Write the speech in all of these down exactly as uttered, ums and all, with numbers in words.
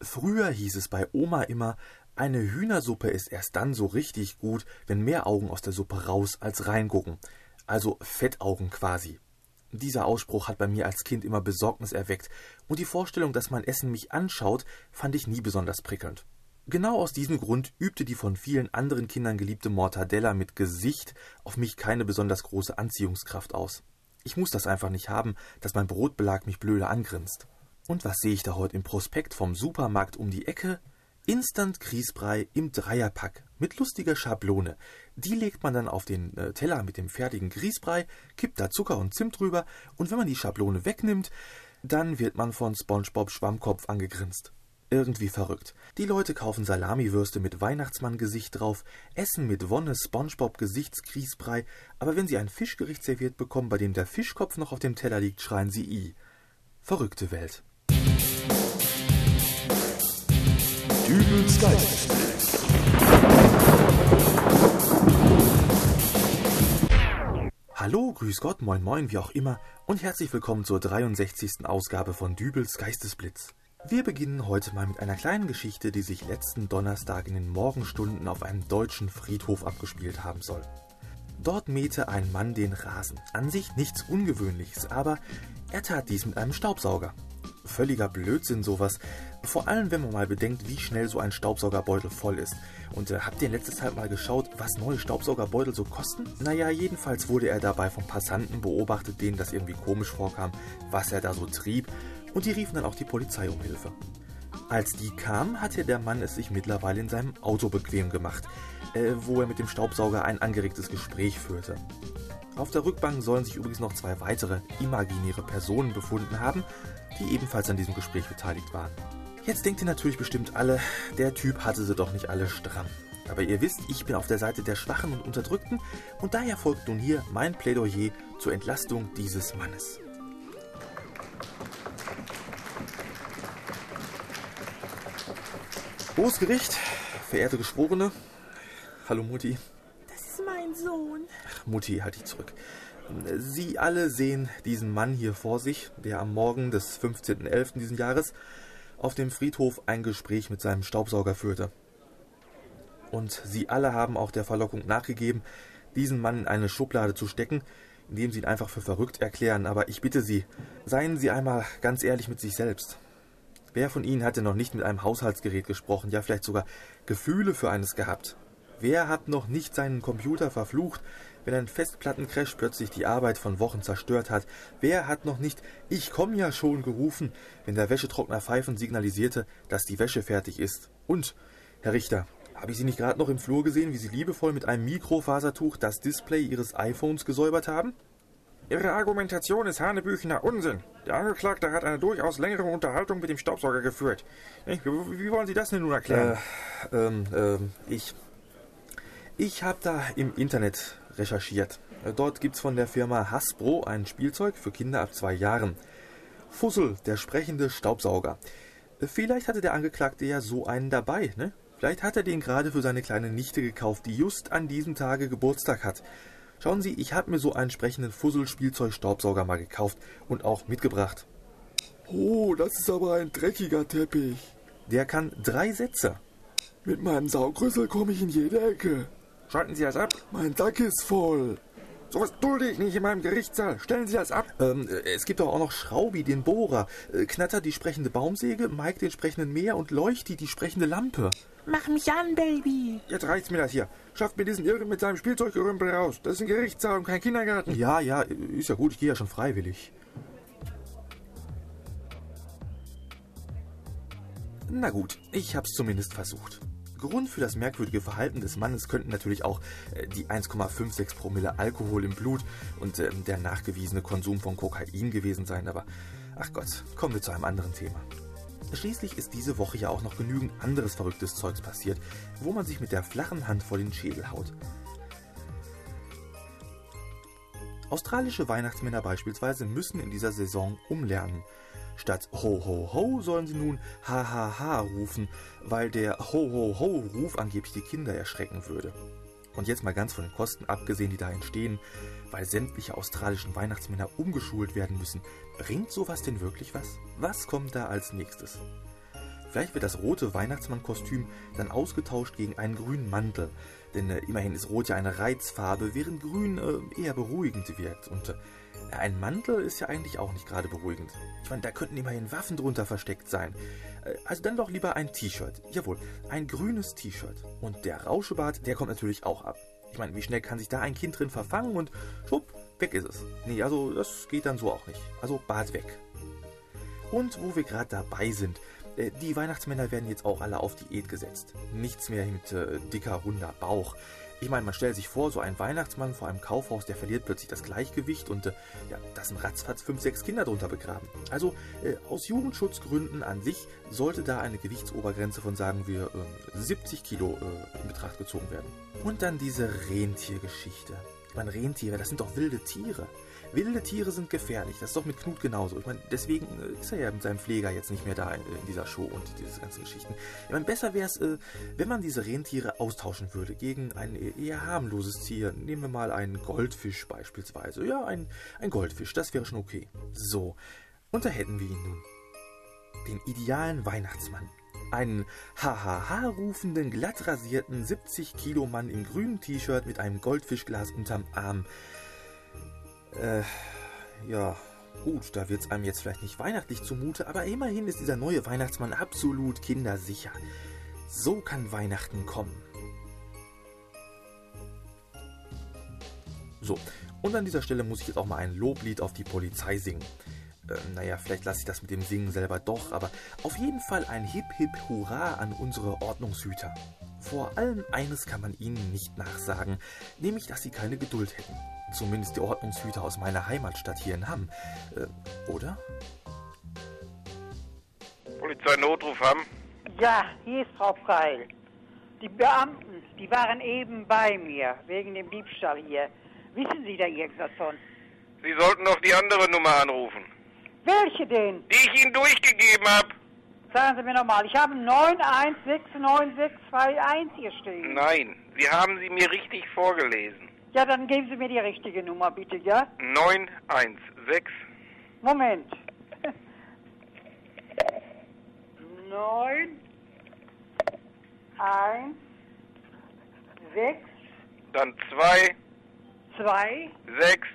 Früher hieß es bei Oma immer, eine Hühnersuppe ist erst dann so richtig gut, wenn mehr Augen aus der Suppe raus als reingucken. Also Fettaugen quasi. Dieser Ausspruch hat bei mir als Kind immer Besorgnis erweckt und die Vorstellung, dass mein Essen mich anschaut, fand ich nie besonders prickelnd. Genau aus diesem Grund übte die von vielen anderen Kindern geliebte Mortadella mit Gesicht auf mich keine besonders große Anziehungskraft aus. Ich muss das einfach nicht haben, dass mein Brotbelag mich blöde angrinst. Und was sehe ich da heute im Prospekt vom Supermarkt um die Ecke? Instant Grießbrei im Dreierpack mit lustiger Schablone. Die legt man dann auf den äh, Teller mit dem fertigen Grießbrei, kippt da Zucker und Zimt drüber und wenn man die Schablone wegnimmt, dann wird man von SpongeBob Schwammkopf angegrinst. Irgendwie verrückt. Die Leute kaufen Salamiwürste mit Weihnachtsmann-Gesicht drauf, essen mit Wonne SpongeBob-Gesichtsgrießbrei, aber wenn sie ein Fischgericht serviert bekommen, bei dem der Fischkopf noch auf dem Teller liegt, schreien sie I. Verrückte Welt. Dübels Geistesblitz. Hallo, grüß Gott, moin moin, wie auch immer und herzlich willkommen zur dreiundsechzigsten Ausgabe von Dübels Geistesblitz. Wir beginnen heute mal mit einer kleinen Geschichte, die sich letzten Donnerstag in den Morgenstunden auf einem deutschen Friedhof abgespielt haben soll. Dort mähte ein Mann den Rasen. An sich nichts Ungewöhnliches, aber er tat dies mit einem Staubsauger. Völliger Blödsinn sowas, vor allem wenn man mal bedenkt, wie schnell so ein Staubsaugerbeutel voll ist. Und äh, habt ihr in letzter Zeit mal geschaut, was neue Staubsaugerbeutel so kosten? Naja, jedenfalls wurde er dabei von Passanten beobachtet, denen das irgendwie komisch vorkam, was er da so trieb, und die riefen dann auch die Polizei um Hilfe. Als die kam, hatte der Mann es sich mittlerweile in seinem Auto bequem gemacht, äh, wo er mit dem Staubsauger ein angeregtes Gespräch führte. Auf der Rückbank sollen sich übrigens noch zwei weitere imaginäre Personen befunden haben, die ebenfalls an diesem Gespräch beteiligt waren. Jetzt denkt ihr natürlich bestimmt alle, der Typ hatte sie doch nicht alle stramm. Aber ihr wisst, ich bin auf der Seite der Schwachen und Unterdrückten und daher folgt nun hier mein Plädoyer zur Entlastung dieses Mannes. Hohes Gericht, verehrte Geschworene. Hallo Mutti. Das ist mein Sohn. Ach, Mutti, halt dich zurück. Sie alle sehen diesen Mann hier vor sich, der am Morgen des fünfzehnten elften diesen Jahres auf dem Friedhof ein Gespräch mit seinem Staubsauger führte. Und Sie alle haben auch der Verlockung nachgegeben, diesen Mann in eine Schublade zu stecken, indem Sie ihn einfach für verrückt erklären. Aber ich bitte Sie, seien Sie einmal ganz ehrlich mit sich selbst. Wer von Ihnen hatte noch nicht mit einem Haushaltsgerät gesprochen, ja vielleicht sogar Gefühle für eines gehabt? Wer hat noch nicht seinen Computer verflucht, wenn ein Festplattencrash plötzlich die Arbeit von Wochen zerstört hat? Wer hat noch nicht »Ich komm ja schon« gerufen, wenn der Wäschetrockner pfeifend signalisierte, dass die Wäsche fertig ist? Und, Herr Richter, habe ich Sie nicht gerade noch im Flur gesehen, wie Sie liebevoll mit einem Mikrofasertuch das Display Ihres iPhones gesäubert haben? Ihre Argumentation ist hanebüchener Unsinn. Der Angeklagte hat eine durchaus längere Unterhaltung mit dem Staubsauger geführt. Wie, wie wollen Sie das denn nun erklären? Äh, ähm, ähm, ich... Ich habe da im Internet recherchiert. Dort gibt's von der Firma Hasbro ein Spielzeug für Kinder ab zwei Jahren. Fussel, der sprechende Staubsauger. Vielleicht hatte der Angeklagte ja so einen dabei, ne? Vielleicht hat er den gerade für seine kleine Nichte gekauft, die just an diesem Tage Geburtstag hat. Schauen Sie, ich habe mir so einen sprechenden Fussel-Spielzeug-Staubsauger mal gekauft und auch mitgebracht. Oh, das ist aber ein dreckiger Teppich. Der kann drei Sätze. Mit meinem Saugrüssel komme ich in jede Ecke. Schalten Sie das ab? Mein Sack ist voll. Sowas dulde ich nicht in meinem Gerichtssaal. Stellen Sie das ab. Ähm, es gibt doch auch noch Schraubi, den Bohrer, äh, Knatter, die sprechende Baumsäge, Mike, den sprechenden Mäher und Leuchti, die sprechende Lampe. Mach mich an, Baby. Jetzt reicht's mir das hier. Schafft mir diesen Irren mit seinem Spielzeuggerümpel raus. Das ist ein Gerichtssaal und kein Kindergarten. Ja, ja, ist ja gut, ich gehe ja schon freiwillig. Na gut, ich hab's zumindest versucht. Grund für das merkwürdige Verhalten des Mannes könnten natürlich auch äh, die eins Komma sechsundfünfzig Promille Alkohol im Blut und äh, der nachgewiesene Konsum von Kokain gewesen sein, aber ach Gott, kommen wir zu einem anderen Thema. Schließlich ist diese Woche ja auch noch genügend anderes verrücktes Zeugs passiert, wo man sich mit der flachen Hand vor den Schädel haut. Australische Weihnachtsmänner beispielsweise müssen in dieser Saison umlernen. Statt Ho Ho Ho sollen sie nun Ha Ha Ha rufen, weil der Ho Ho Ho Ruf angeblich die Kinder erschrecken würde. Und jetzt mal ganz von den Kosten abgesehen, die da entstehen, weil sämtliche australischen Weihnachtsmänner umgeschult werden müssen. Bringt sowas denn wirklich was? Was kommt da als nächstes? Vielleicht wird das rote Weihnachtsmannkostüm dann ausgetauscht gegen einen grünen Mantel. Denn äh, immerhin ist Rot ja eine Reizfarbe, während Grün äh, eher beruhigend wirkt. Und äh, ein Mantel ist ja eigentlich auch nicht gerade beruhigend. Ich meine, da könnten immerhin Waffen drunter versteckt sein. Äh, also dann doch lieber ein T-Shirt. Jawohl, ein grünes T-Shirt. Und der Rauschebart, der kommt natürlich auch ab. Ich meine, wie schnell kann sich da ein Kind drin verfangen und schwupp, weg ist es. Nee, also das geht dann so auch nicht. Also Bart weg. Und wo wir gerade dabei sind, äh, die Weihnachtsmänner werden jetzt auch alle auf Diät gesetzt. Nichts mehr mit äh, dicker, runder Bauch. Ich meine, man stellt sich vor, so ein Weihnachtsmann vor einem Kaufhaus, der verliert plötzlich das Gleichgewicht und äh, ja, da sind ratzfatz fünf, sechs Kinder drunter begraben. Also äh, aus Jugendschutzgründen an sich sollte da eine Gewichtsobergrenze von, sagen wir, äh, siebzig Kilo äh, in Betracht gezogen werden. Und dann diese Rentiergeschichte. Ich meine, Rentiere, das sind doch wilde Tiere. Wilde Tiere sind gefährlich. Das ist doch mit Knut genauso. Ich meine, deswegen äh, ist er ja mit seinem Pfleger jetzt nicht mehr da in, in dieser Show und diese ganzen Geschichten. Ich meine, besser wäre es, äh, wenn man diese Rentiere austauschen würde gegen ein eher harmloses Tier. Nehmen wir mal einen Goldfisch beispielsweise. Ja, ein, ein Goldfisch, das wäre schon okay. So, und da hätten wir ihn nun. Den idealen Weihnachtsmann. Einen Hahaha-rufenden, glatt rasierten siebzig Kilo Mann im grünen T-Shirt mit einem Goldfischglas unterm Arm. Äh, ja, gut, da wird's einem jetzt vielleicht nicht weihnachtlich zumute, aber immerhin ist dieser neue Weihnachtsmann absolut kindersicher. So kann Weihnachten kommen. So, und an dieser Stelle muss ich jetzt auch mal ein Loblied auf die Polizei singen. Äh, naja, vielleicht lasse ich das mit dem Singen selber doch, aber auf jeden Fall ein Hip-Hip-Hurra an unsere Ordnungshüter. Vor allem eines kann man ihnen nicht nachsagen, nämlich, dass sie keine Geduld hätten. Zumindest die Ordnungshüter aus meiner Heimatstadt hier in Hamm. Äh, oder? Polizeinotruf Hamm? Ja, hier ist Frau Preil. Die Beamten, die waren eben bei mir, wegen dem Diebstahl hier. Wissen Sie da irgendwas von? Sie sollten doch die andere Nummer anrufen. Welche denn? Die ich Ihnen durchgegeben habe. Sagen Sie mir nochmal, ich habe neun eins sechs neun sechs zwei eins hier stehen. Nein, Sie haben sie mir richtig vorgelesen. Ja, dann geben Sie mir die richtige Nummer, bitte, ja? neun eins sechs. Moment. neun eins sechs. Dann zwei. zwei. sechs.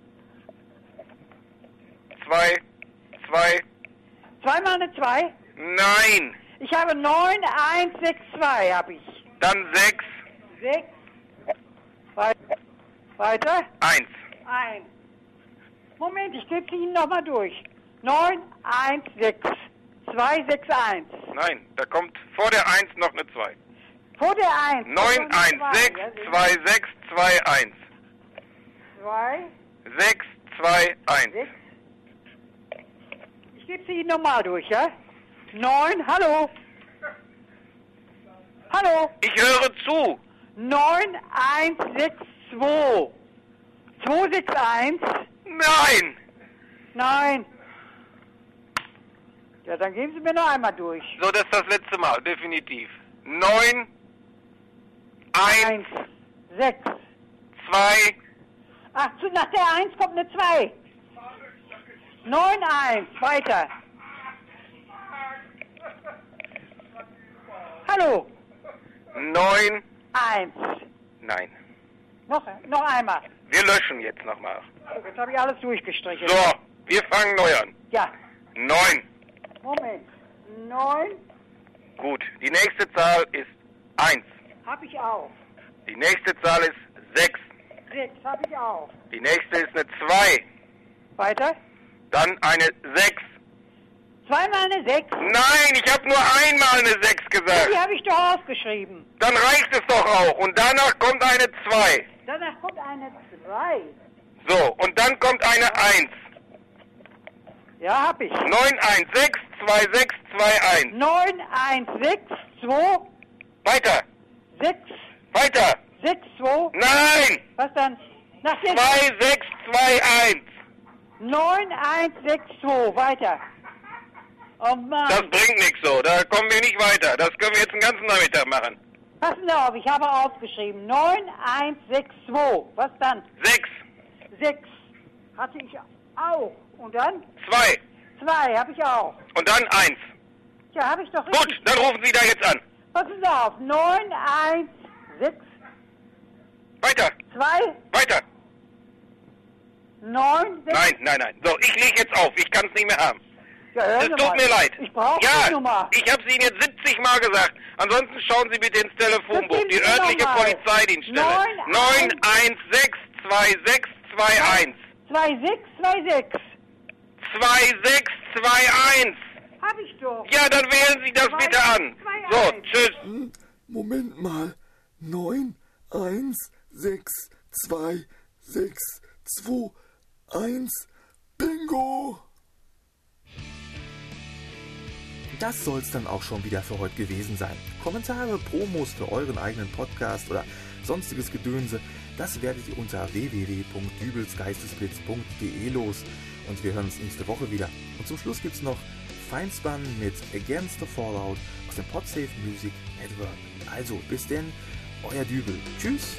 zwei. zwei. Zweimal eine zwei? Nein. Ich habe neun eins sechs zwei, habe ich. Dann sechs. sechs. Weiter. Weiter? eins. eins. Moment, ich gebe sie Ihnen nochmal durch. neun eins sechs zwei sechs eins. Nein, da kommt vor der eins noch eine zwei. Vor der eins. neun eins sechs zwei sechs zwei eins. zwei. sechs zwei eins. sechs. Ich gebe sie Ihnen nochmal durch, ja? neun, hallo? Hallo? Ich höre zu. neun eins sechs zwei. zwei sechs eins. Nein. Nein. Ja, dann geben Sie mir noch einmal durch. So, das ist das letzte Mal, definitiv. neun eins eins sechs zwei. Ach, zu, nach der eins kommt eine zwei. neun eins, weiter. Hallo? neun. eins. Nein. Noch, noch einmal. Wir löschen jetzt nochmal. So, jetzt habe ich alles durchgestrichen. So, wir fangen neu an. Ja. neun. Moment. neun Gut, die nächste Zahl ist eins. habe ich auch. Die nächste Zahl ist sechs. sechs habe ich auch. Die nächste ist eine zwei. Weiter. Dann eine sechs. Zweimal eine sechs. Nein, ich habe nur einmal eine sechs Die gesagt. habe ich doch aufgeschrieben. Dann reicht es doch auch. Und danach kommt eine zwei. Danach kommt eine zwei. So, und dann kommt eine eins. Ja, habe ich. neun eins sechs zwei sechs zwei eins. neun eins sechs zwei Weiter, sechs weiter. sechs zwei. Nein, Was dann? Nach der zwei sechs zwei eins. neun eins sechs zwei. Weiter. Oh Mann. Das bringt nichts so, da kommen wir nicht weiter. Das können wir jetzt den ganzen Nachmittag machen. Passen Sie auf, ich habe aufgeschrieben. neun eins sechs zwei. Was dann? sechs, sechs hatte ich auch. Und dann? zwei zwei habe ich auch. und dann eins. Ja, habe ich doch Gut, richtig. dann rufen Sie da jetzt an. Passen Sie auf. neun eins sechs Weiter, zwei weiter. neun sechs. Nein, nein, nein. So, ich lege jetzt auf. Ich kann es nicht mehr haben. Ja, hören Es Sie tut mal. mir leid. Ich brauche Ja, die Nummer. ich habe es Ihnen jetzt siebzig Mal gesagt. Ansonsten schauen Sie bitte ins Telefonbuch. Das geben Die Sie örtliche noch mal. Polizeidienststelle. neun neun eins sechs zwei sechs zwei eins. zwei sechs zwei sechs. zwei sechs zwei eins. Hab ich doch. Ja, dann wählen Sie das Zwei, bitte an. zwei, So, eins. tschüss. Hm, Moment mal. neun eins sechs zwei sechs zwei eins. Bingo! Das soll's dann auch schon wieder für heute gewesen sein. Kommentare, Promos für euren eigenen Podcast oder sonstiges Gedönse, das werdet ihr unter w w w punkt dübelsgeistesblitz punkt d e los. Und wir hören uns nächste Woche wieder. Und zum Schluss gibt's noch Feinspan mit Against the Fallout aus dem Podsafe Music Network. Also, bis denn, euer Dübel. Tschüss!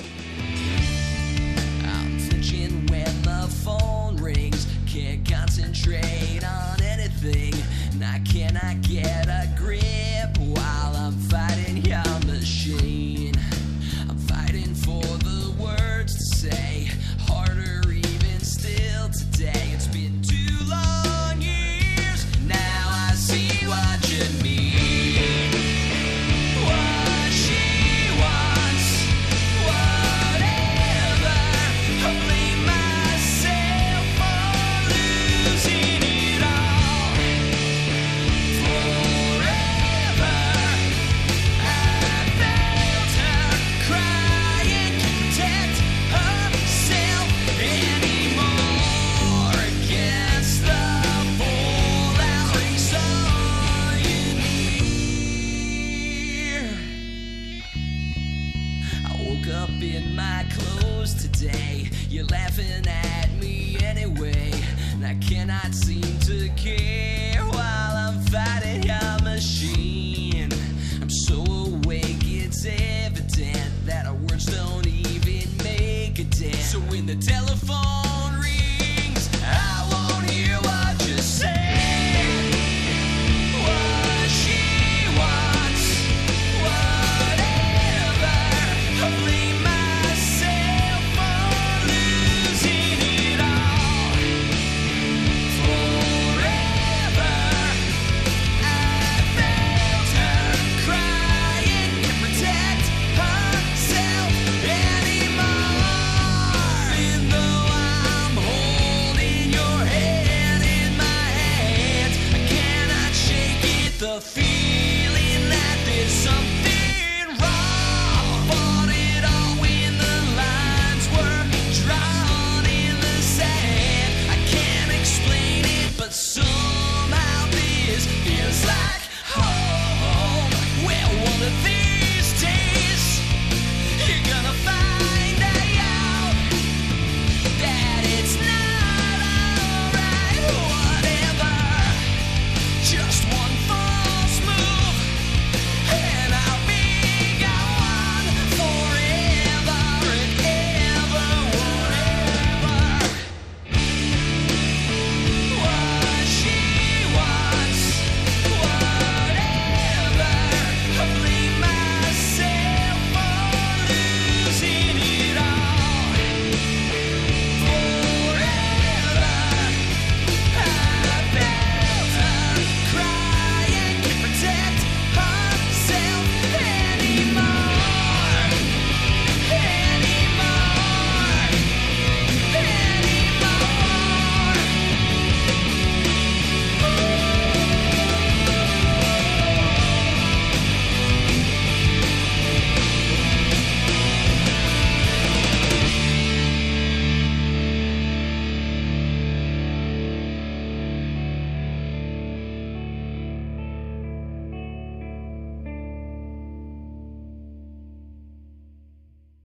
I'm flinching when the phone rings. Can't concentrate on anything. And I cannot get a grip while I'm fighting your machine. I'm fighting for the words to say. Harder even still today. It's been two long years. Now I see what you mean. What she wants. Whatever. I blame myself for losing it all. Forever. I felt her crying, protect herself anymore. Against the fallout, I saw you near. I woke up in my clothes today. You're laughing at me anyway, and I cannot seem to care while I'm fighting your machine.